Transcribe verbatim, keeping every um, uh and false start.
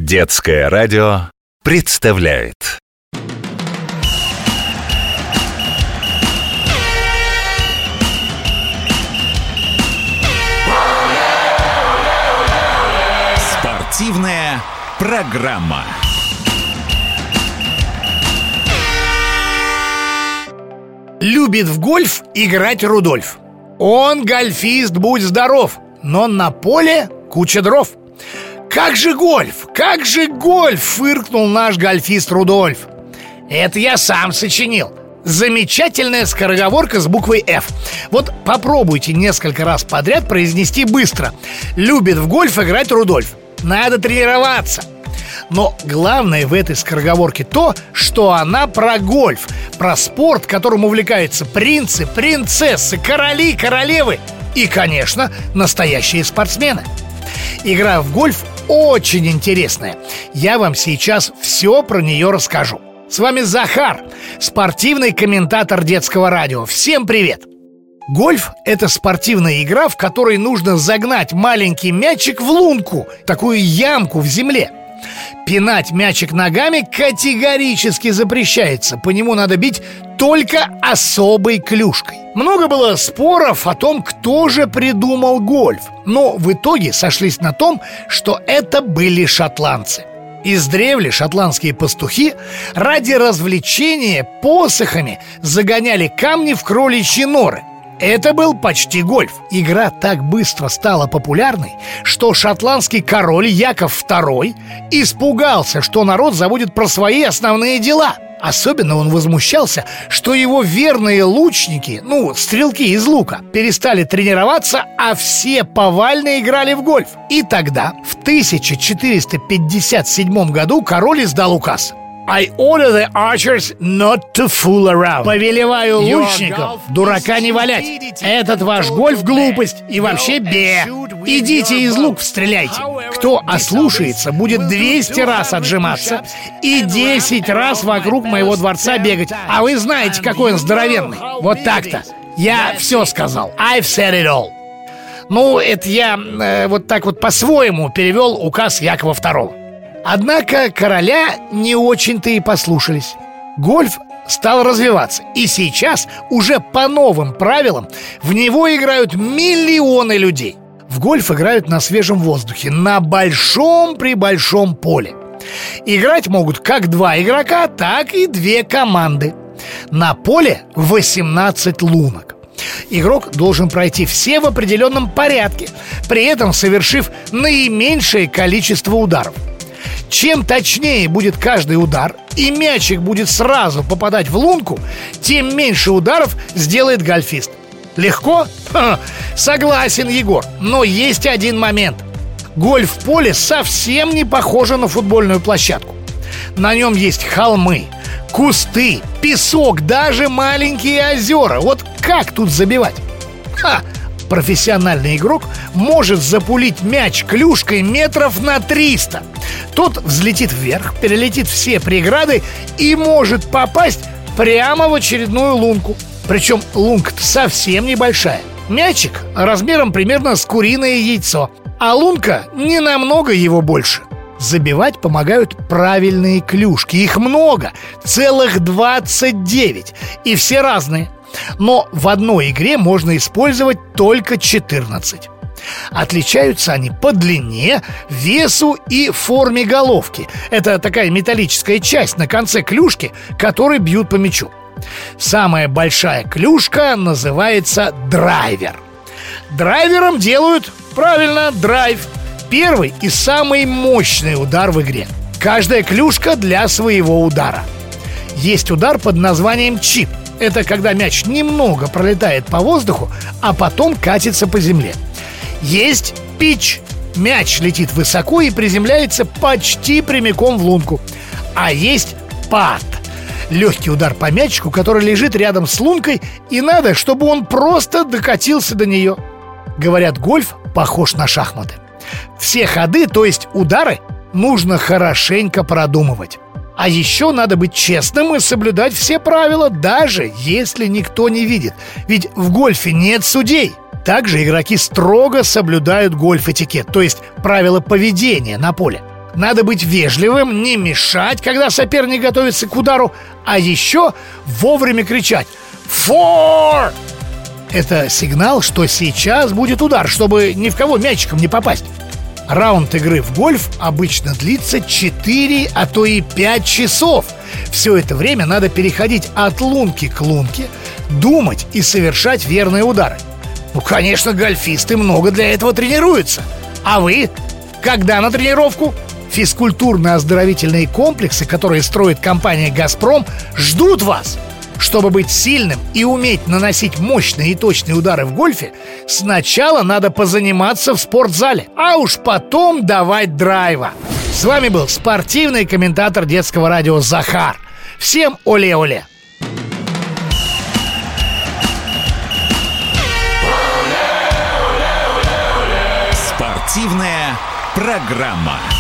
Детское радио представляет спортивная программа. Любит в гольф играть Рудольф. Он гольфист, будь здоров, но на поле куча дров. Как же гольф, как же гольф, фыркнул наш гольфист Рудольф. Это я сам сочинил. Замечательная скороговорка с буквой F. Вот попробуйте несколько раз подряд произнести быстро. Любит в гольф играть Рудольф. Надо тренироваться. Но главное в этой скороговорке то, что она про гольф, про спорт, которым увлекаются принцы, принцессы, короли, королевы и, конечно, настоящие спортсмены. Игра в гольф очень интересная. Я вам сейчас все про нее расскажу. С вами Захар, спортивный комментатор детского радио. Всем привет! Гольф – это спортивная игра, в которой нужно загнать маленький мячик в лунку, такую ямку в земле. Пинать мячик ногами категорически запрещается. По нему надо бить только особой клюшкой. Много было споров о том, кто же придумал гольф. Но в итоге сошлись на том, что это были шотландцы. Издревле шотландские пастухи ради развлечения посохами загоняли камни в кроличьи норы. Это был почти гольф. Игра так быстро стала популярной, что шотландский король Яков второй испугался, что народ забудет про свои основные дела. Особенно он возмущался, что его верные лучники, ну, стрелки из лука, перестали тренироваться, а все повально играли в гольф. И тогда, в тысяча четыреста пятьдесят седьмом году, король издал указ: I order the archers not to fool around. Повелеваю лучников дурака не валять. Этот ваш гольф — глупость и вообще бе. Идите из лук стреляйте. Кто ослушается, будет двести раз отжиматься и десять раз вокруг моего дворца бегать. А вы знаете, какой он здоровенный. Вот так-то. Я все сказал. I've said it all. Ну, это я э, вот так вот по-своему перевел указ Якова второго. Однако короля не очень-то и послушались. Гольф стал развиваться, и сейчас уже по новым правилам в него играют миллионы людей. В гольф играют на свежем воздухе, на большом-пребольшом поле. Играть могут как два игрока, так и две команды. На поле восемнадцать лунок. Игрок должен пройти все в определенном порядке, при этом совершив наименьшее количество ударов. Чем точнее будет каждый удар и мячик будет сразу попадать в лунку, тем меньше ударов сделает гольфист. Легко? Ха, согласен, Егор. Но есть один момент. Гольф-поле совсем не похоже на футбольную площадку. На нем есть холмы, кусты, песок, даже маленькие озера. Вот как тут забивать? Ха! Профессиональный игрок может запулить мяч клюшкой метров на триста. Тот взлетит вверх, перелетит все преграды и может попасть прямо в очередную лунку. Причем лунка-то совсем небольшая. Мячик размером примерно с куриное яйцо, а лунка не намного его больше. Забивать помогают правильные клюшки. Их много, целых двадцать девять, и все разные. Но в одной игре можно использовать только четырнадцать. Отличаются они по длине, весу и форме головки. Это такая металлическая часть на конце клюшки, которой бьют по мячу. Самая большая клюшка называется драйвер. Драйвером делают, правильно, драйв. Первый и самый мощный удар в игре. Каждая клюшка для своего удара. Есть удар под названием чип. Это когда мяч немного пролетает по воздуху, а потом катится по земле. Есть пич. Мяч летит высоко и приземляется почти прямиком в лунку. А есть пат. Легкий удар по мячику, который лежит рядом с лункой, и надо, чтобы он просто докатился до нее. Говорят, гольф похож на шахматы. Все ходы, то есть удары, нужно хорошенько продумывать. А еще надо быть честным и соблюдать все правила, даже если никто не видит. Ведь в гольфе нет судей. Также игроки строго соблюдают гольф-этикет, то есть правила поведения на поле. надо быть вежливым, не мешать, когда соперник готовится к удару, а еще вовремя кричать «Фор!». Это сигнал, что сейчас будет удар, чтобы ни в кого мячиком не попасть. Раунд игры в гольф обычно длится четыре, а то и пять часов. Все это время надо переходить от лунки к лунке, думать и совершать верные удары. Ну, конечно, гольфисты много для этого тренируются. А вы? Когда на тренировку? Физкультурно-оздоровительные комплексы, которые строит компания «Газпром», ждут вас. Чтобы быть сильным и уметь наносить мощные и точные удары в гольфе, сначала надо позаниматься в спортзале, а уж потом давать драйва. С вами был спортивный комментатор детского радио Захар. Всем оле-оле! Спортивная программа.